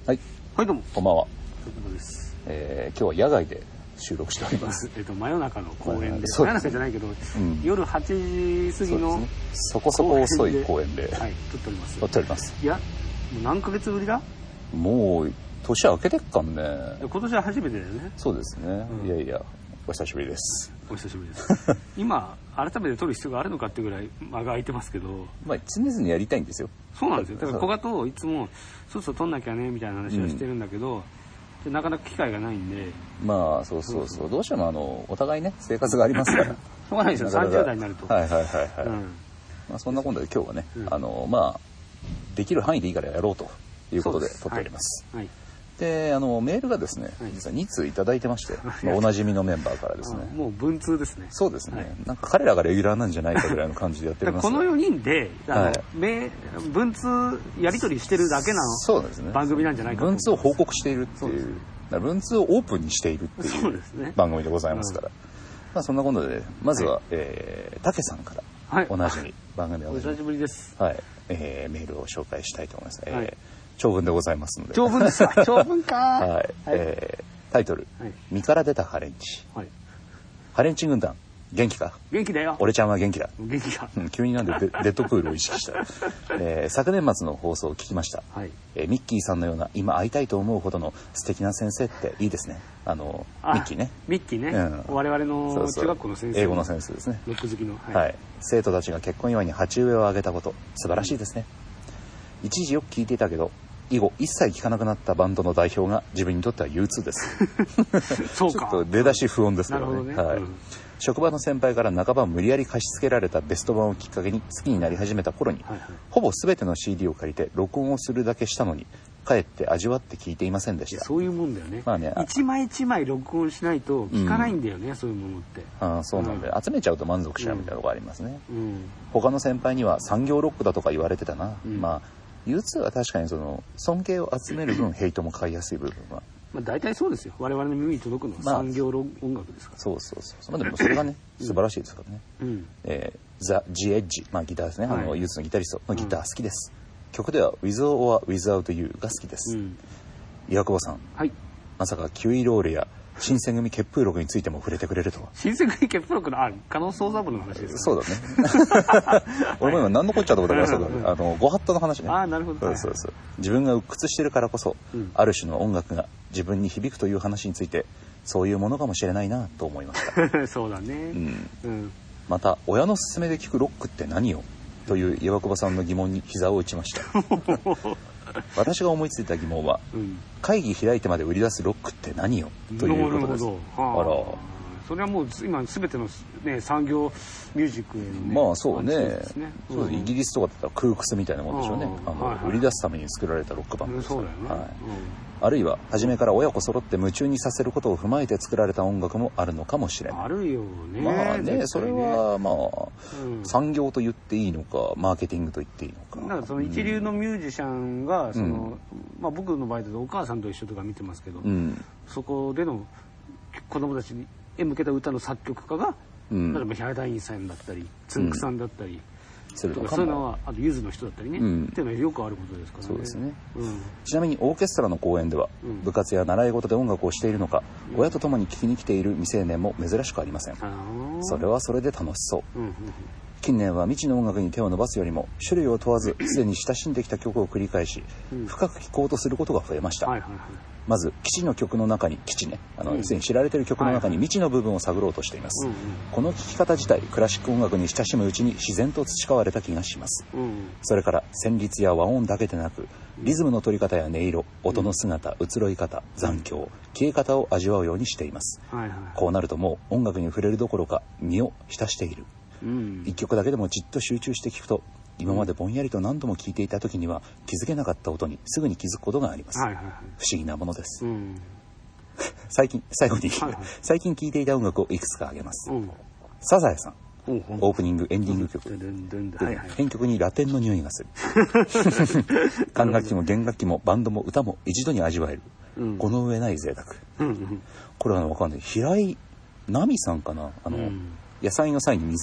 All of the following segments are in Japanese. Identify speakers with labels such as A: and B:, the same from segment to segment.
A: はい。
B: はい、どうも。
A: こんばんは。
B: ということです。
A: 今日は野外で収録しております。
B: 真夜中の公園で、
A: そうですね、
B: 真夜中じゃないけど、夜8時過ぎの、
A: そこそこ遅い公園で、
B: はい、撮っております。
A: 撮っております。
B: いや、もう何ヶ月ぶりだ？
A: もう年明けてっかんね。
B: 今年は初めてだよね。
A: そうですね。いやいや、お久しぶりです。
B: お久しぶりです。今改めて撮る必要があるのかっていうぐらい間が空いてますけど。
A: まあ常々やりたいんですよ。
B: そうなんですよ。だから古賀といつもそうそう撮んなきゃねみたいな話はしてるんだけど、なかなか機会がないんで。
A: まあそうそうそう。どうしてもお互いね生活がありますから。し
B: ょうがないですよ。30代になると。
A: はいはいはいはい。まあそんな今度で今日はね、まあできる範囲でいいからやろうということで撮っております。はい。でメールがですね、実は2通いただいてまして、おなじみのメンバーからですね。
B: もう文通ですね。
A: そうですね。なんか彼らがレギュラーなんじゃないかぐらいの感じでやっております。
B: この4人で文通やり取りしてるだけの番組なんじゃないかと。
A: 文通を報告しているっていう、文通をオープンにしているっていう番組でございますから。まあそんなことでまずはたけさんからおなじみ番組で
B: お久しぶりです。
A: はい。メールを紹介したいと思います。長文でございますので。
B: 長文ですか。長文か。
A: はい。タイトル、身から出たハレンチ。ハレンチ軍団、元気か？
B: 元気だよ。
A: 俺ちゃんは元気だ。
B: 元気だ。
A: 急になんでデッドプールを意識した。昨年末の放送を聞きました。ミッキーさんのような今会いたいと思うほどの素敵な先生っていいですね。ミッキーね。
B: ミッキーね。我々の中学校の先生。
A: 英語の先生ですね。
B: ロック好きの。
A: はい。生徒たちが結婚祝いに鉢植えをあげたこと、素晴らしいですね。一時よく聞いていたけど、以後一切聞かなくなったバンドの代表が自分にとっては憂鬱です。
B: そうか。
A: ちょっと出だし不穏ですけどね。はい。職場の先輩から半ば無理やり貸し付けられたベスト版をきっかけに好きになり始めた頃に、ほぼ全ての CD を借りて録音をするだけしたのに、かえって味わって聞いていませんでした。
B: そういうもんだよね。まあね、一枚一枚録音しないと聞かないんだよね、そういうものって。
A: そうなんで、集めちゃうと満足しちゃうみたいなところありますね。他の先輩には産業ロックだとか言われてたな。まあU2 は確かに尊敬を集める分ヘイトも買いやすい部分は。
B: まあ大体そうですよ。我々の耳に届くのは産業音楽ですから。
A: そうそうそう。まあでもそれがね素晴らしいですからね。ザ・ジ・エッジ、まあギターですね。U2 のギタリストのギター好きです。曲では With or Without You が好きです。岩久保さん。はい。まさかキュイロールや新選組血風録についても触れてくれるとは。
B: 新選組血風録の加納宗三郎の話ですか。
A: そうだね。俺も今何のこっちゃと思ったけど、ご法度の話ね。
B: なるほど。
A: そう。自分が鬱屈してるからこそ、ある種の音楽が自分に響くという話について、そういうものかもしれないなと思いました。
B: そうだね。
A: また、親の勧めで聞くロックって何よという岩久保さんの疑問に膝を打ちました。私が思いついた疑問は、会議開いてまで売り出すロックって何よということです。あら。
B: それはもう今すべてのね産業ミュージックへのね。
A: まあそうね。そうイギリスとかだったらクークスみたいなもんでしょうね。売り出すために作られたロックバンドです。
B: そうだよね。
A: あるいは初めから親子揃って夢中にさせることを踏まえて作られた音楽もあるのかもしれない。
B: あるよね。
A: まあね、それはまあ産業と言っていいのかマーケティングと言っていいのか。
B: なんかその一流のミュージシャンがまあ僕の場合だとお母さんと一緒とか見てますけど、そこでの子供たちへ向けた歌の作曲家が例えばヒャダインさんだったりつんくさんだったり。とかそういうのはあとゆずの人だったりね、っていうのはよくあることですからね。
A: そうですね。ちなみにオーケストラの公演では部活や習い事で音楽をしているのか、親と共に聴きに来ている未成年も珍しくありません。それはそれで楽しそう。近年は未知の音楽に手を伸ばすよりも種類を問わずすでに親しんできた曲を繰り返し深く聴こうとすることが増えました。まず基地の曲の中に基地ねすでに知られている曲の中に未知の部分を探ろうとしています。この聴き方自体クラシック音楽に親しむうちに自然と培われた気がします。それから旋律や和音だけでなくリズムの取り方や音色音の姿移ろい方残響消え方を味わうようにしています。こうなるともう音楽に触れるどころか身を浸している。一曲だけでもじっと集中して聴くと今までぼんやりと何度も聴いていた時には気づけなかった音にすぐに気づくことがあります。不思議なものです。最後に最近聴いていた音楽をいくつか挙げます。サザエさんオープニングエンディング曲編曲にラテンの匂いがする。管楽器も弦楽器もバンドも歌も一度に味わえる、この上ない贅沢。これは分かんない平井奈美さんかな野菜の際に水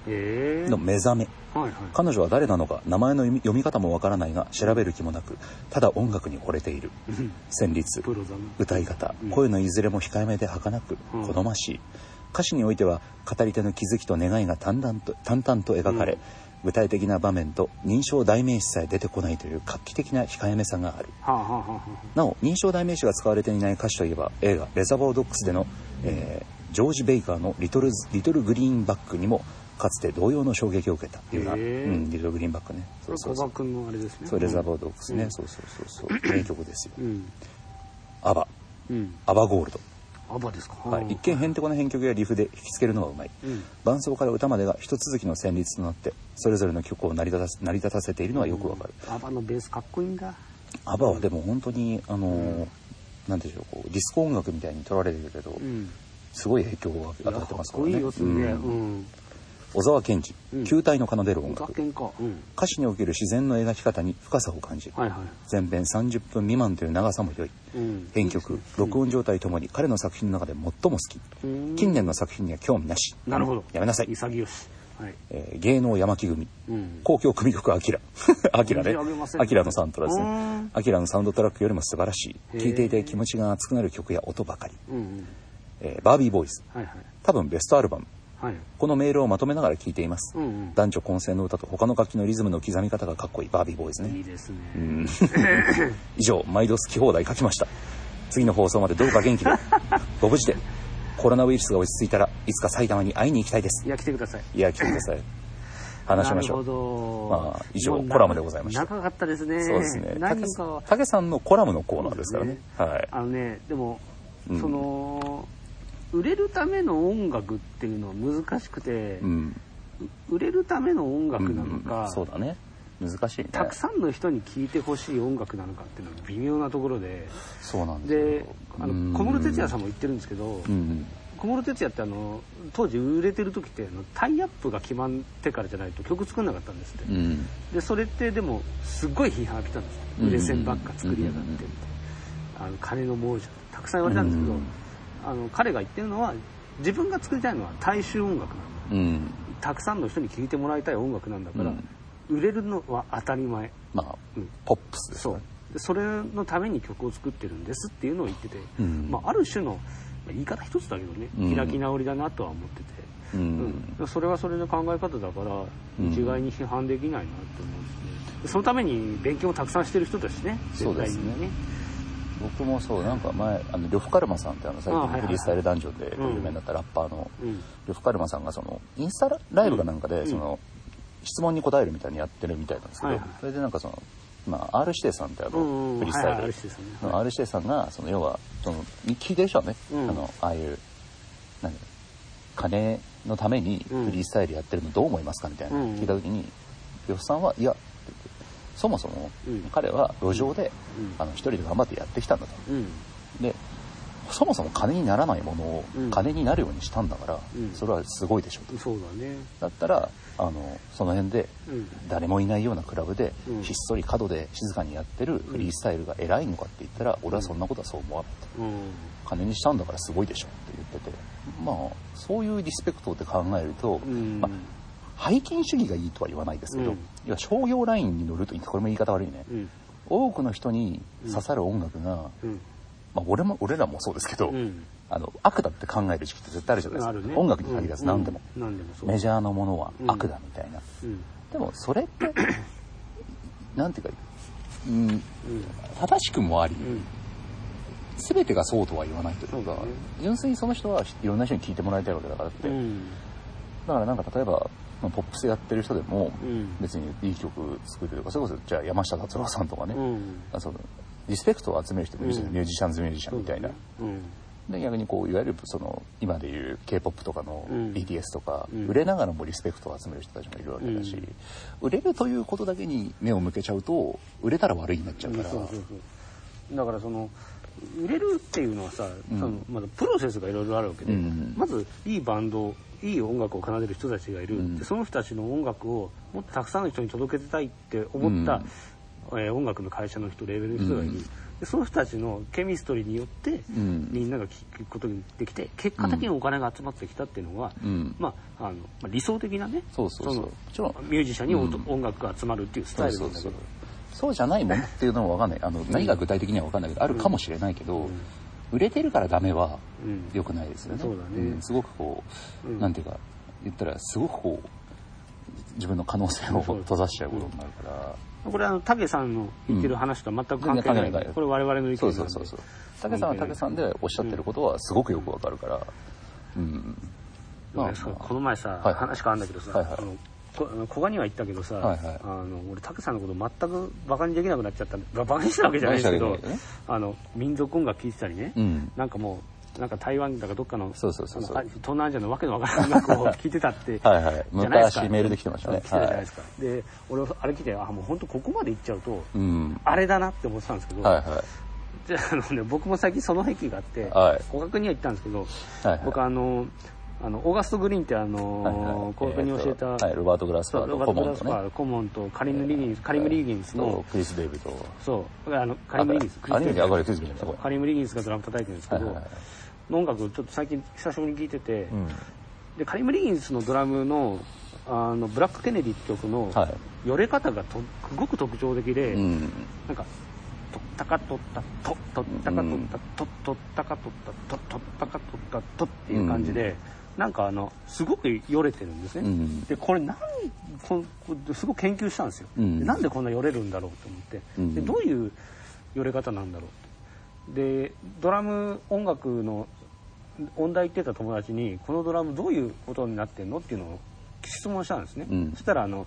A: の目覚め、彼女は誰なのか名前の読み方もわからないが調べる気もなくただ音楽に惚れている。旋律、歌い方、声のいずれも控えめで儚く好ましい。歌詞においては語り手の気づきと願いが淡々と描かれ、具体的な場面と認証代名詞さえ出てこないという画期的な控えめさがある。なお認証代名詞が使われていない歌詞といえば映画レザボードックスでの、ジョージ・ベイカーのリトルグリーンバックにもかつて同様の衝撃を受けたような、リトルグリーンバックね。
B: 小葉君のあれですね。
A: そうレザボードックスね、そう名曲ですよ。アバゴールド。
B: アバですか。
A: 一見へんてこな編曲やリフで引きつけるのがうまい。伴奏から歌までが一続きの旋律となってそれぞれの曲を成り立たせているのはよくわかる。
B: アバのベースかっこいいんだ。
A: アバはでも本当になんでしょう、ディスコ音楽みたいに取られてるけど、すごい影響を与えてますからね。小沢健二、球体の奏でる音楽。歌詞における自然の描き方に深さを感じる。全編30分未満という長さも良い。編曲、録音状態ともに彼の作品の中で最も好き。近年の作品には興味なし。
B: なるほど。
A: やめなさい。
B: 潔し。
A: 芸能山木組、交響組曲アキラアキラね、アキラのサントラですね。アキラのサウンドトラックよりも素晴らしい、聴いていて気持ちが熱くなる曲や音ばかり。バービーボーイズ、多分ベストアルバム。このメールをまとめながら聴いています。男女混声の歌と他の楽器のリズムの刻み方がかっこいいバービーボーイズね。
B: いいですね。
A: 以上、毎度好き放題書きました。次の放送までどうか元気でご無事で。コロナウイルスが落ち着いたらいつか埼玉に会いに行きたいです。
B: いや来てください。
A: いや来てください。話しましょう。まあ以上コラムでございました。
B: 長かったですね。
A: そうですね。竹さんのコラムのコーナーですからね。
B: でもその売れるための音楽っていうのは難しくて、売れるための音楽なのか、
A: そうだね。難しいね。
B: たくさんの人に聴いてほしい音楽なのかっていうのは微妙なところで。
A: そうなんですよ。
B: 小室哲哉さんも言ってるんですけど、小室哲哉って当時売れてる時ってタイアップが決まってからじゃないと曲作んなかったんですって。でそれってでもすっごい批判浴びたんです。売れ線ばっか作りやがって金の亡者たくさん言われたんですけど、彼が言ってるのは自分が作りたいのは大衆音楽なんだ、たくさんの人に聴いてもらいたい音楽なんだから、売れるのは当たり前、
A: ポップスですね。
B: でそれのために曲を作ってるんですっていうのを言ってて、ある種の言い方一つだけどね、開き直りだなとは思ってて、それはそれの考え方だから一概に批判できないなって思うんですね。そのために勉強をたくさんしてる人だしね。
A: そうですね。僕もそう、なんか前呂布カルマさんって最近フリースタイルダンジョンで有名になったラッパーの呂布カルマさんがそのインスタライブかなんかでその質問に答えるみたいにやってるみたいなんですけど、それでなんかそのR 指定さんってフリースタイルの R 指定さんがその要はその聞いてる人はね、ああいう金のためにフリースタイルやってるのどう思いますかみたいな聞いた時に呂布さんはいやそもそも彼は路上で一人で頑張ってやってきたんだと。でそもそも金にならないものを金になるようにしたんだから、それはすごいでしょと。
B: そうだね。
A: だったらその辺で誰もいないようなクラブでひっそり角で静かにやってるフリースタイルが偉いのかって言ったら、俺はそんなことはそう思わないと。金にしたんだからすごいでしょって言ってて、そういうリスペクトで考えると、背筋主義がいいとは言わないですけど、いや商業ラインに乗ると、これも言い方悪いね、多くの人に刺さる音楽が、俺らもそうですけど、悪だって考える時期って絶対あるじゃないですか。音楽に限らず何でも、メジャーのものは悪だみたいな。でもそれってなんていうか、正しくもあり、全てがそうとは言わないというか、純粋にその人はいろんな人に聞いてもらいたいわけだからって、だからなんか例えばポップスやってる人でも別にいい曲作るとか、それこそじゃあ山下達郎さんとかね、そのリスペクトを集める人もいるし、ミュージシャンズミュージシャンみたいな。で逆にいわゆるその今でいう K-POP とかの BTS とか、売れながらもリスペクトを集める人たちもいるわけだし、売れるということだけに目を向けちゃうと売れたら悪いになっちゃうから。
B: だからその売れるっていうのはさ、まだプロセスがいろいろあるわけで、まずいいバンド、いい音楽を奏でる人たちがいる、でその人たちの音楽をもっとたくさんの人に届けたいって思った、音楽の会社の人、レーベルの人がいる。 その人たちのケミストリーによって、みんなが聞くことができて結果的にお金が集まってきたっていうのは、理想的なね、そのミュージシャンに音楽が集まるっていうスタイルなんだけど、
A: そうじゃないものっていうのも分かんない。何が具体的には分かんないけど、あるかもしれないけど、売れてるからダメは良くないですよね。
B: そうだね。
A: すごくこう、なんていうか言ったらすごくこう自分の可能性を閉ざしちゃうことになるから。
B: これ武さんの言ってる話とは全く関係ない。これ我々の意見なんで。
A: そう。武さんは武さんでおっしゃってることはすごくよく分かるから。
B: この前さ、話変わるんだけどさ、古賀には言ったけどさ、俺武さんのこと全くバカにできなくなっちゃったんで、バカにしたわけじゃないですけど、民族音楽聴いてたりね、なんかもうなんか台湾だかどっかの東南アジアのわけのわからない音楽を聴いてたってじゃないですか。
A: 昔メールで来てましたね。
B: 来てたじゃないですか。で俺あれ来てもう本当ここまで行っちゃうとあれだなって思ってたんですけど、じゃあ僕も最近その癖があって語学には行ったんですけど、僕オーガスト・グリーンって語学に教えた
A: ロバート・グラスパー
B: 顧問とカリム・リーギンスの
A: クリス・デイビッド、
B: そうカリム・リーギンスカリム・リーギンスがドラム叩いてるんですけど、音楽ちょっと最近久しぶりに聴いてて、でカリム・リーギンスのドラムのブラック・ケネディって曲の寄れ方がすごく特徴的で、なんかとったかとったととったかとったととったかとったととったかとったとっていう感じで、なんかすごくよれてるんですね。でこれすごく研究したんですよ。なんでこんなよれるんだろうと思って、でどういうよれ方なんだろうでドラム音楽の音大行ってた友達にこのドラムどういうことになってんのっていうのを質問したんですね。そしたら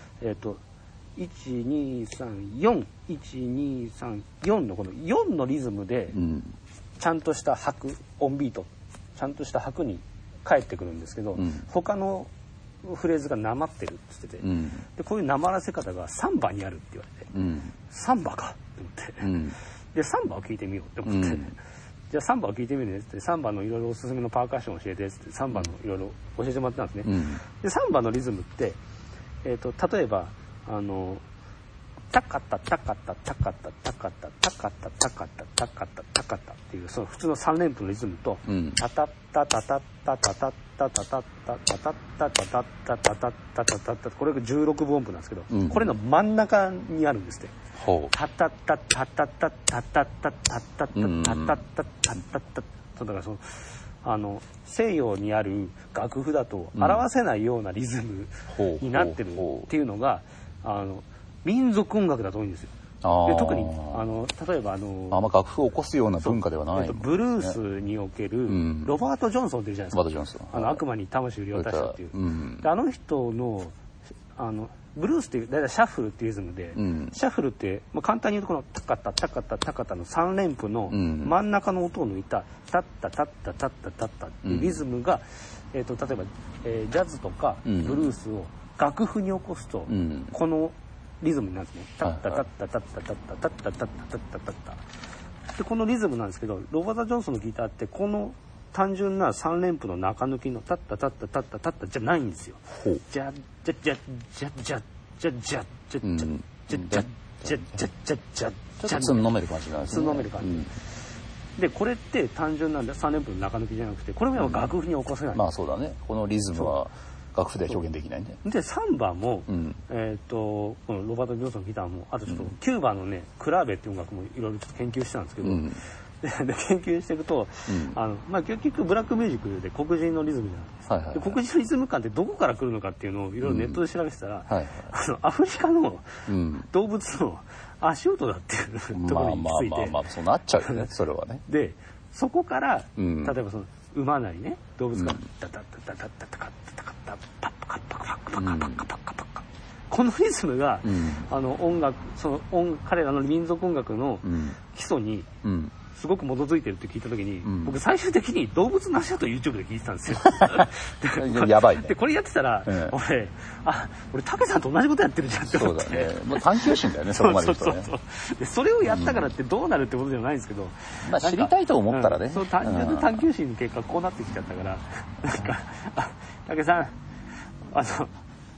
B: 1234のこの4のリズムでちゃんとした拍音ビートちゃんとした拍に返ってくるんですけど、他のフレーズがなまってるって言ってて、でこういうなまらせ方がサンバにあるって言われて、サンバかって思って、でサンバを聴いてみようって思って、じゃあサンバを聴いてみるねってサンバのいろいろおすすめのパーカッションを教えてってサンバのいろいろ教えてもらったんですね。でサンバのリズムって例えばタカタタカタタカタタカタタカタタカタタカタタカタっていうその普通の3連符のリズムとタタッタタタッタタタッタタタッタタタッタタタッタタタッタタタッタこれが16分音符なんですけど、これの真ん中にあるんですって。タタッタタタタタタタタタタタタタタタタだからその西洋にある楽譜だと表せないようなリズムになってるっていうのが民族音楽だと多いんですよ。で特に例えば
A: 楽譜を起こすような文化ではない、
B: ブルースにおけるロバート・ジョンソンっていうじゃないですか。悪魔に魂を売り渡したっていう、で人のブルースっていうだいたいシャッフルっていうリズムで、シャッフルって、簡単に言うとこのタカタタカタタカタの3連符の真ん中の音を抜いたタッタタッタタッタタッタっていうリズムが、例えば、ジャズとかブルースを楽譜に起こすと、このリズムになるんですね。タッタタッタタッタタッタタッタタッタタッタタッタでこのリズムなんですけど、ロバート・ジョンソンのギターってこの単純な3連符の中抜きのタッタタッタタッタタッタじゃないんですよ。じゃじゃじゃじゃじゃじゃじゃじゃじゃじゃじゃじゃじゃじゃじゃじゃ
A: つんのめる感じなんですね。
B: つんのめる感じ。でこれって単純なんで3連符の中抜きじゃなくてこれも楽譜に起こせない。
A: まあそうだね。このリズムは楽譜では表現できないね。
B: でサンバも、このロバート・ジョンソンのギターもあとちょっとキューバのねクラーベっていう音楽もいろいろちょっと研究してたんですけど、で研究していくと、結局ブラックミュージックで黒人のリズムじゃないですか。黒人のリズム感ってどこから来るのかっていうのをいろいろネットで調べてたら、アフリカの動物の足音だっていうところについて、
A: そうなっちゃうよね。それはね。
B: でそこから、例えばその馬なりね動物がタタタタタタタカッタカッタパッカッパカパッカパッカパッカパッカパッカこのリズムが、音楽彼らの民族音楽の基礎にすごく基づいてるって聞いた時に、僕最終的に動物の足音 YouTube で聞いてたんですよ。
A: やばいね。
B: でこれやってたら、俺武さんと同じことやってるじゃんって思って。
A: そうだね。もう探求心だよねそこまでいくとね。
B: でそれをやったからってどうなるってことじゃないんですけど、
A: 知りたいと思ったらね。
B: そう単純な探求心の結果こうなってきちゃったから、なんか武さん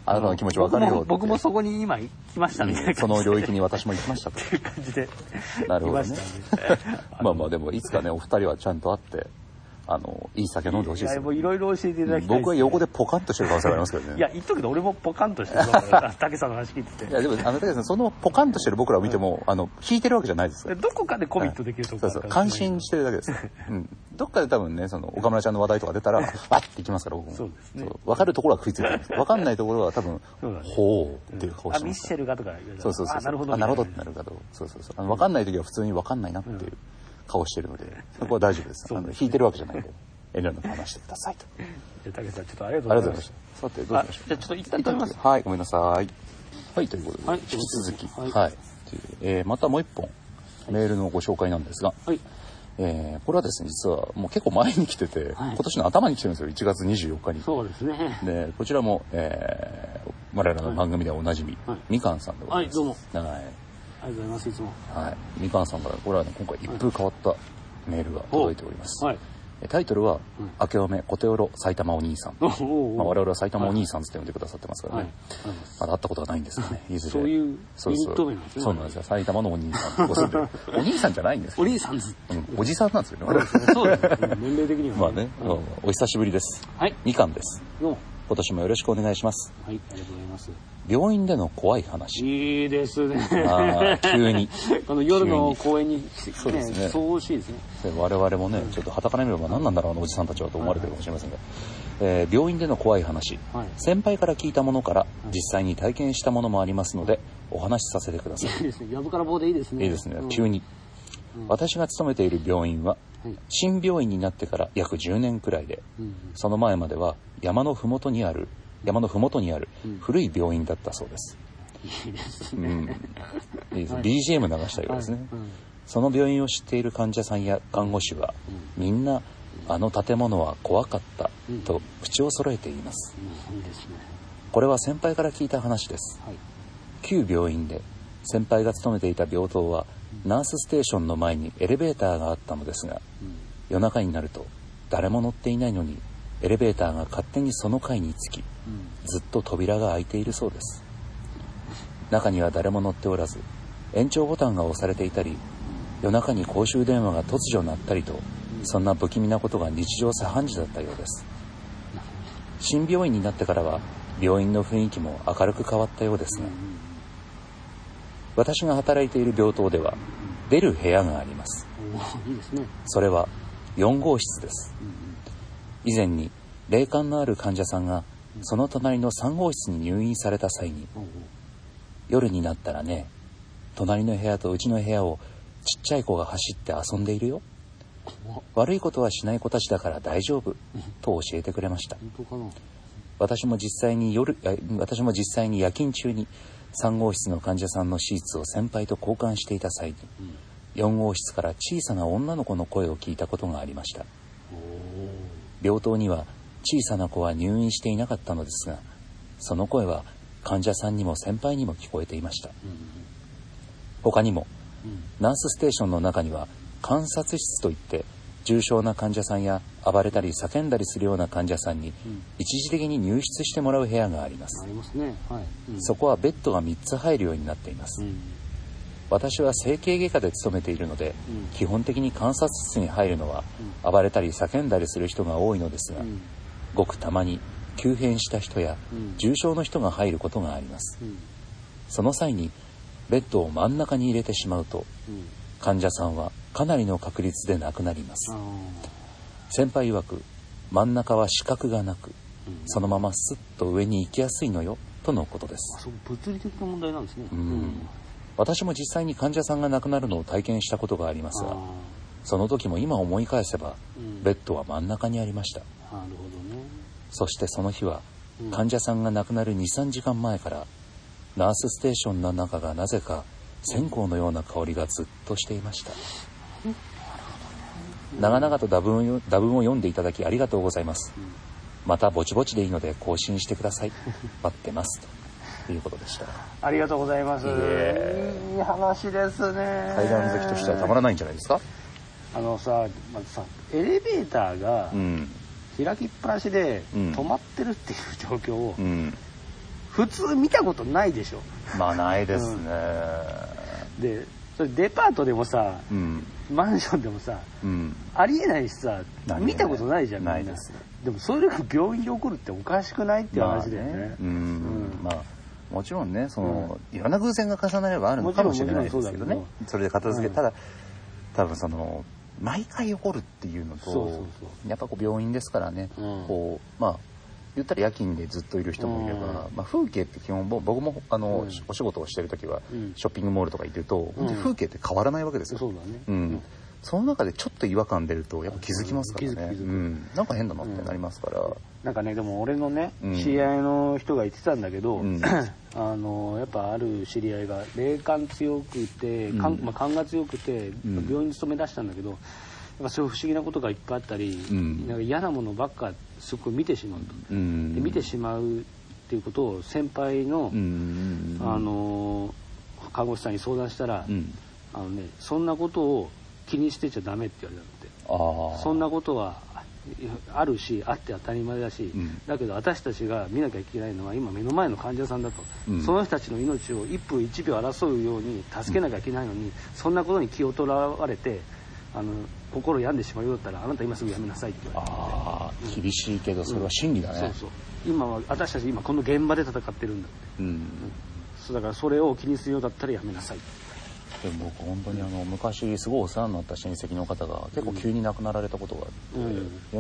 A: あなたの気持ちわかるよって。
B: 僕もそこに今来ましたみたいな、
A: その領域に私も行きましたと
B: いう感じで。
A: なるほどね。まあまあでもいつかねお二人はちゃんと会っていい酒飲んでほしいですよ。
B: もういろいろ教えていただきたいですね。
A: 僕は横でポカンとしてる可能性がありますけどね。
B: いや言っとくけど俺もポカンとしてるから武さんの話聞いてて。
A: いやでも武さんそのポカンとしてる僕らを見ても引いてるわけじゃないですから。
B: どこかでコミットできるところ。
A: そうそう感心してるだけです。どっかで多分ね岡村ちゃんの話題とか出たらわっていきますから僕も。そうですね。分かるところは食いついてるんです。分かんないところは多分ほうっていう顔してます。
B: ミッシェルがとか言われたら。
A: そう
B: なるほど。
A: なるほどってなるけど。そう分かんない時は普通に分かんないなっていう顔してるのでそこは大丈夫です。引いてるわけじゃないんで。遠慮なく話してくださいと。
B: 武さんちょっとありがとうございました。
A: さてどうしましょう。
B: じゃあちょっと一旦止めます。
A: はいごめんなさい。はいということで引き続きはいまたもう一本メールのご紹介なんですが、これはですね実はもう結構前に来てて今年の頭に来てるんですよ1月24日に。
B: そうですね。
A: でこちらも我々の番組ではおなじみみかんさんでございます。
B: はいどうも。
A: はい。
B: ありがとうございますいつも。
A: はいみかんさんからこれはね今回一風変わったメールが届いております。はい。タイトルは「明けおめコテオロ埼玉お兄さん」我々は埼玉お兄さんって呼んでくださってますからね。まだ会ったことがないんですがねいずれ
B: そういうユニット名なんですね。
A: そうなんですよ埼玉のお兄さんご住んでるお兄さんじゃないんです
B: お兄さん
A: おじさんなんですよね。
B: そうですね年齢的には
A: まあねお久しぶりです。みかんです。今年もよろしくお願いします。
B: はいありがとうございます。
A: 病院での怖い話。
B: いいですね。
A: 急にこ
B: の夜の公園に
A: そうですね。
B: そう欲しいですね。
A: 我々もねちょっと傍から見れば何なんだろうおじさんたちはと思われてるかもしれませんが、病院での怖い話、先輩から聞いたものから実際に体験したものもありますのでお話しさせてください。
B: いいですね。やぶから棒でいいですね。
A: いいですね。急に。私が勤めている病院は新病院になってから約10年くらいで、その前までは山のふもとにある古い病院だったそうです。
B: いいですね。
A: いいです。BGM 流したようですね。その病院を知っている患者さんや看護師はみんなあの建物は怖かったと口を揃えて言います。これは先輩から聞いた話です。旧病院で先輩が勤めていた病棟はナースステーションの前にエレベーターがあったのですが、夜中になると誰も乗っていないのにエレベーターが勝手にその階につき、ずっと扉が開いているそうです。中には誰も乗っておらず延長ボタンが押されていたり、夜中に公衆電話が突如鳴ったりと、そんな不気味なことが日常茶飯事だったようです。新病院になってからは病院の雰囲気も明るく変わったようですが、私が働いている病棟では出る部屋があります。それは4号室です。以前に霊感のある患者さんがその隣の3号室に入院された際に、夜になったらね、隣の部屋とうちの部屋をちっちゃい子が走って遊んでいるよ。悪いことはしない子たちだから大丈夫と教えてくれました。私も実際に夜勤中に3号室の患者さんのシーツを先輩と交換していた際に、4号室から小さな女の子の声を聞いたことがありました。病棟には小さな子は入院していなかったのですが、その声は患者さんにも先輩にも聞こえていました。他にも、ナースステーションの中には観察室といって、重症な患者さんや暴れたり叫んだりするような患者さんに一時的に入室してもらう部屋があります。そこはベッドが3つ入るようになっています。私は整形外科で勤めているので、基本的に観察室に入るのは暴れたり叫んだりする人が多いのですが、ごくたまに急変した人や重症の人が入ることがあります。その際にベッドを真ん中に入れてしまうと、患者さんはかなりの確率で亡くなります。先輩曰く、真ん中は死角がなく、そのままスッと上に行きやすいのよとのことです。
B: 物理的な問題なんですね。
A: 私も実際に患者さんが亡くなるのを体験したことがありますが、その時も今思い返せば、ベッドは真ん中にありました。そしてその日は、患者さんが亡くなる 2,3 時間前から、ナースステーションの中がなぜか線香のような香りがずっとしていました。長々と打文を読んでいただきありがとうございます。またぼちぼちでいいので更新してください。待ってますということでした。
B: ありがとうございます。いい話ですね。
A: 階段好きとしてはたまらないんじゃないですか。
B: まずさエレベーターが開きっぱなしで止まってるっていう状況を、 普通見たことないでしょ。
A: まあないですね、
B: でそれデパートでもさ、マンションでもさ、ありえないしさ、見たことないじゃん、みんな。でもそれが病院で起こるっておかしくないって話だよね。
A: まあもちろんね、いろんな偶然が重なればあるのかもしれないですけどね。それで片付けたら、多分毎回起こるっていうのと、やっぱ病院ですからね、まあ言ったら夜勤でずっといる人もいれば、まあ風景って基本僕もお仕事をしてる時はショッピングモールとか行ってると、本当に風景って変わらないわけですよ。
B: そうだね。
A: その中でちょっと違和感出るとやっぱ気づきますからね。なんか変だなってなりますから。
B: なんかね、でも俺のね、知り合いの人が言ってたんだけど、やっぱある知り合いが霊感強くて、勘が強くて病院に勤め出したんだけど、やっぱそういう不思議なことがいっぱいあったり、なんか嫌なものばっかすごく見てしまうと。で見てしまうっていうことを先輩の看護師さんに相談したら、そんなことを気にしてちゃダメって言われたんで、そんなことはあるし、あって当たり前だし、だけど私たちが見なきゃいけないのは今目の前の患者さんだと、その人たちの命を1分1秒争うように助けなきゃいけないのに、そんなことに気をとらわれて心病んでしまうようだったら、あなた今すぐやめなさいって言われて。
A: 厳しいけどそれは真理だね。
B: 今は私たち今この現場で戦ってるんだって、だからそれを気にするようだったらやめなさい。
A: でも僕本当に昔すごいお世話になった親戚の方が結構急に亡くなられたことがあって、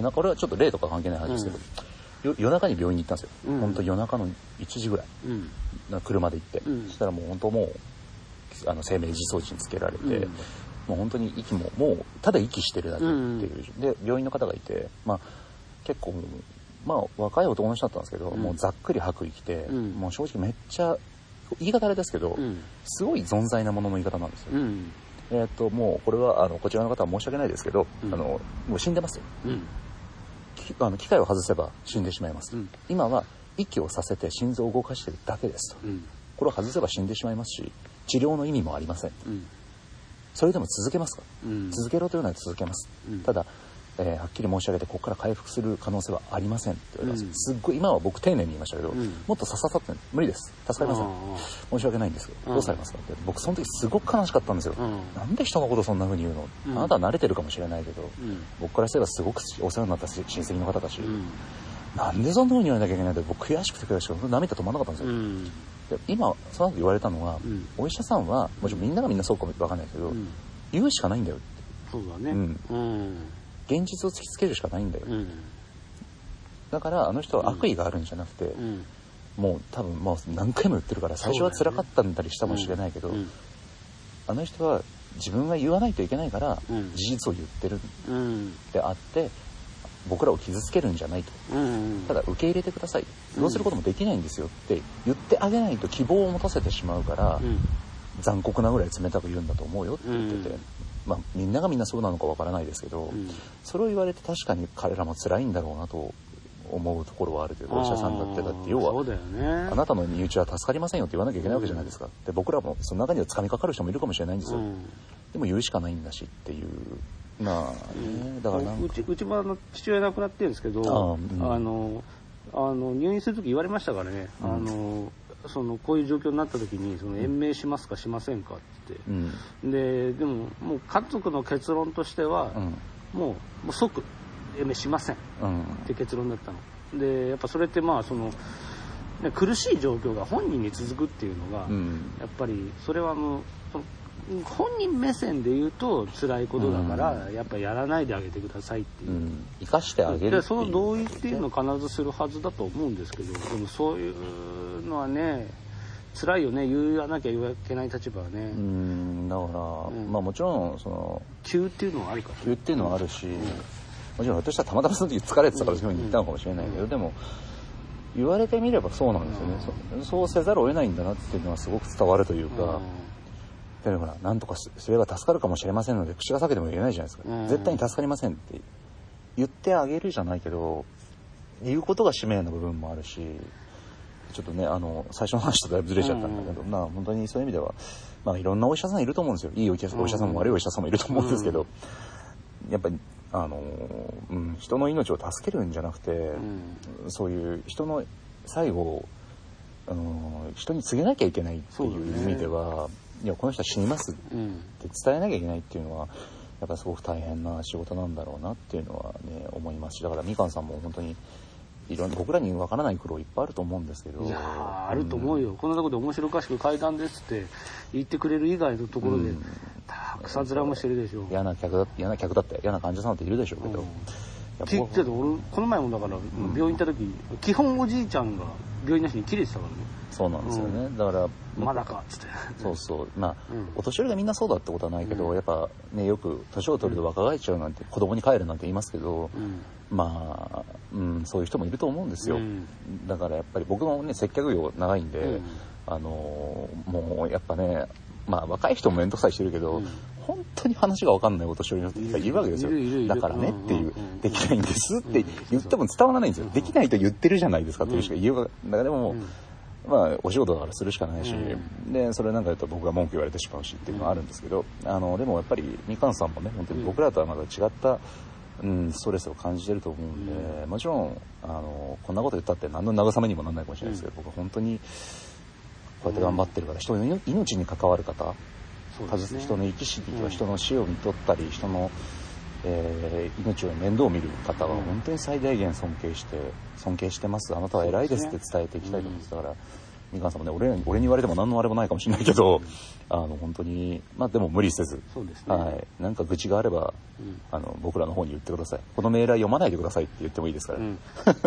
A: これはちょっと例とか関係ない話ですけど、夜中に病院に行ったんですよ。本当夜中の1時ぐらい、車で行って、そしたらもう本当もう生命維持装置につけられて、もう本当に息ももうただ息してるだけっていう、で病院の方がいて、結構若い男の人だったんですけど、もうざっくり白衣着て、もう正直めっちゃ言い方あれですけど、すごい存在なものの言い方なんですよ。もうこれはこちらの方は申し訳ないですけど、もう死んでますよ。機械を外せば死んでしまいます。今は息をさせて心臓を動かしてるだけですと。これを外せば死んでしまいますし、治療の意味もありません。それでも続けますか、続けろというのは続けます。ただはっきり申し上げてここから回復する可能性はありませんって言われます。すっごい今は僕丁寧に言いましたけど、もっとさささって無理です、助かりません、申し訳ないんですけどどうされますかって、僕その時すごく悲しかったんですよ。なんで人のことそんな風に言うの、あなたは慣れてるかもしれないけど、僕からすればすごくお世話になった親戚の方たち、なんでそんな風に言われなきゃいけないんだって、僕悔しくて涙止まんなかったんですよ。で今その後言われたのは、お医者さんはもちろんみんながみんなそうかも分かんないけど、言うしかないんだよって。
B: そうだね、
A: 現実を突きつけるしかないんだよ、だからあの人は悪意があるんじゃなくて、もう多分もう何回も言ってるから最初は辛かったんだりしたかもしれないけど、あの人は自分が言わないといけないから事実を言ってるであって、僕らを傷つけるんじゃないと、ただ受け入れてください、どうすることもできないんですよって言ってあげないと希望を持たせてしまうから、残酷なぐらい冷たく言うんだと思うよって言ってて、みんながみんなそうなのかわからないですけど、それを言われて確かに彼らも辛いんだろうなと思うところはあるけど、お医者さんだって要は、あなたの身内は助かりませんよって言わなきゃいけないわけじゃないですか。で僕らもその中には掴みかかる人もいるかもしれないんですよ。でも言うしかないんだしっていう、だからなんか
B: うちも父親亡くなってるんですけど、入院する時言われましたからね、こういう状況になった時に延命しますかしませんかって言って、でももう家族の結論としては、もう即延命しませんって結論だったので、やっぱそれって苦しい状況が本人に続くっていうのが、やっぱりそれは本人目線で言うと辛いことだから、やっぱやらないであげてくださいっていう、
A: 生かしてあげるっていう、
B: その同意っていうのを必ずするはずだと思うんですけど、でもそういうのはね辛いよね、言わなきゃいけない立場はね。
A: だから、もちろん
B: 急っていうのはあるから、
A: 急っていうのはあるし、もちろん私はたまたまその時疲れてたからそういうふうに言ったのかもしれないけど、でも言われてみればそうなんですよね。そうせざるを得ないんだなっていうのはすごく伝わるというか、でもほら何とかすれば助かるかもしれませんので口が裂けても言えないじゃないですか。絶対に助かりませんって言ってあげるじゃないけど、言うことが使命の部分もあるし、ちょっとね最初の話とだいぶずれちゃったんだけど、本当にそういう意味では、いろんなお医者さんいると思うんですよ。いいお医者さんも悪いお医者さんもいると思うんですけど、やっぱり人の命を助けるんじゃなくて、そういう人の最後人に告げなきゃいけないっていう意味では、いやこの人は死にますって伝えなきゃいけないっていうのはやっぱりすごく大変な仕事なんだろうなっていうのはね思いますし、だからみかんさんも本当にいろんな僕らに分からない苦労いっぱいあると思うんですけど。
B: いやあると思うよ、こんなところで面白おかしく階段ですって言ってくれる以外のところで、たくさん面もしてるでしょう。
A: 嫌な客だって嫌な患者さんだっているでしょうけど、
B: 俺この前もだから病院行った時、基本おじいちゃんが病院の人にキレてたからね。
A: そうなんですよね、だから
B: まだかっつって
A: そうそうまあ、お年寄りがみんなそうだってことはないけど、やっぱねよく年を取ると若返っちゃうなんて、子供に帰るなんて言いますけど、まあ、そういう人もいると思うんですよ、だからやっぱり僕もね接客業長いんで、もうやっぱねまあ若い人も面倒くさいしてるけど、本当に話が分かんないお年寄りの人っているわけですよ。だからねっていう、できないんですって言っても伝わらないんですよ。できないと言ってるじゃないですかっていうしか言いようが、だからでも、まあお仕事だからするしかないし、でそれなんか言うと僕が文句言われてしまうしっていうのはあるんですけど、でもやっぱりみかんさんもね本当に僕らとはまた違った、ストレスを感じてると思うんで、もちろんこんなこと言ったって何の慰めにもならないかもしれないですけど、僕は本当にこうやって頑張ってるから人の命に関わる方、人の生き死にとか人の死を見とったり人の、命を面倒を見る方は本当に最大限尊敬してます。あなたは偉いですって伝えていきたいと思ってたから、みかんさんもね俺に言われても何のあれもないかもしれないけど、本当にまあでも無理せず、なんか愚痴があれば、僕らの方に言ってください。このメールは読まないでくださいって言ってもいいですから、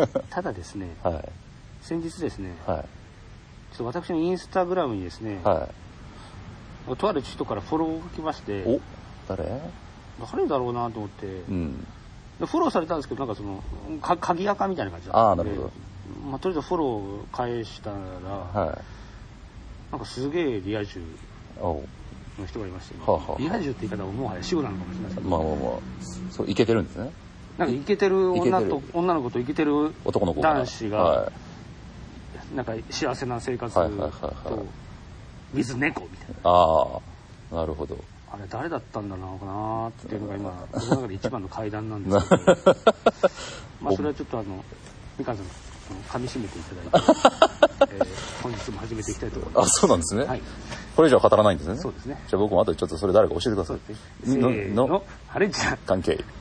B: ただですね、先日ですね、ちょっと私のインスタグラムにですね、とある人からフォローが来まして、誰だろうなと思って、フォローされたんですけど、なんかその鍵垢みたいな感じだったんで、なるほど、まあ、とりあえずフォロー返したら、なんかすげえリア充の人がいまして、リア充って言い方はもはや死語なのかもしれないですけど、
A: そうイケてるんですね。
B: なんかイケてる女の子とイケてる男子が、なんか幸せな生活と水猫みたいな。
A: なるほど。
B: あれ誰だったんだろうなっていうのが今僕の中で一番の階段なんですけどまあそれはちょっとみかんさん噛み締めていただいて、本日も始めていきたいと思います。
A: そうなんですね、これ以上語らないんですね。
B: そうですね。
A: じゃあ僕もあとちょっとそれ誰か教えてください。
B: せーの、ハレンチな
A: 関係。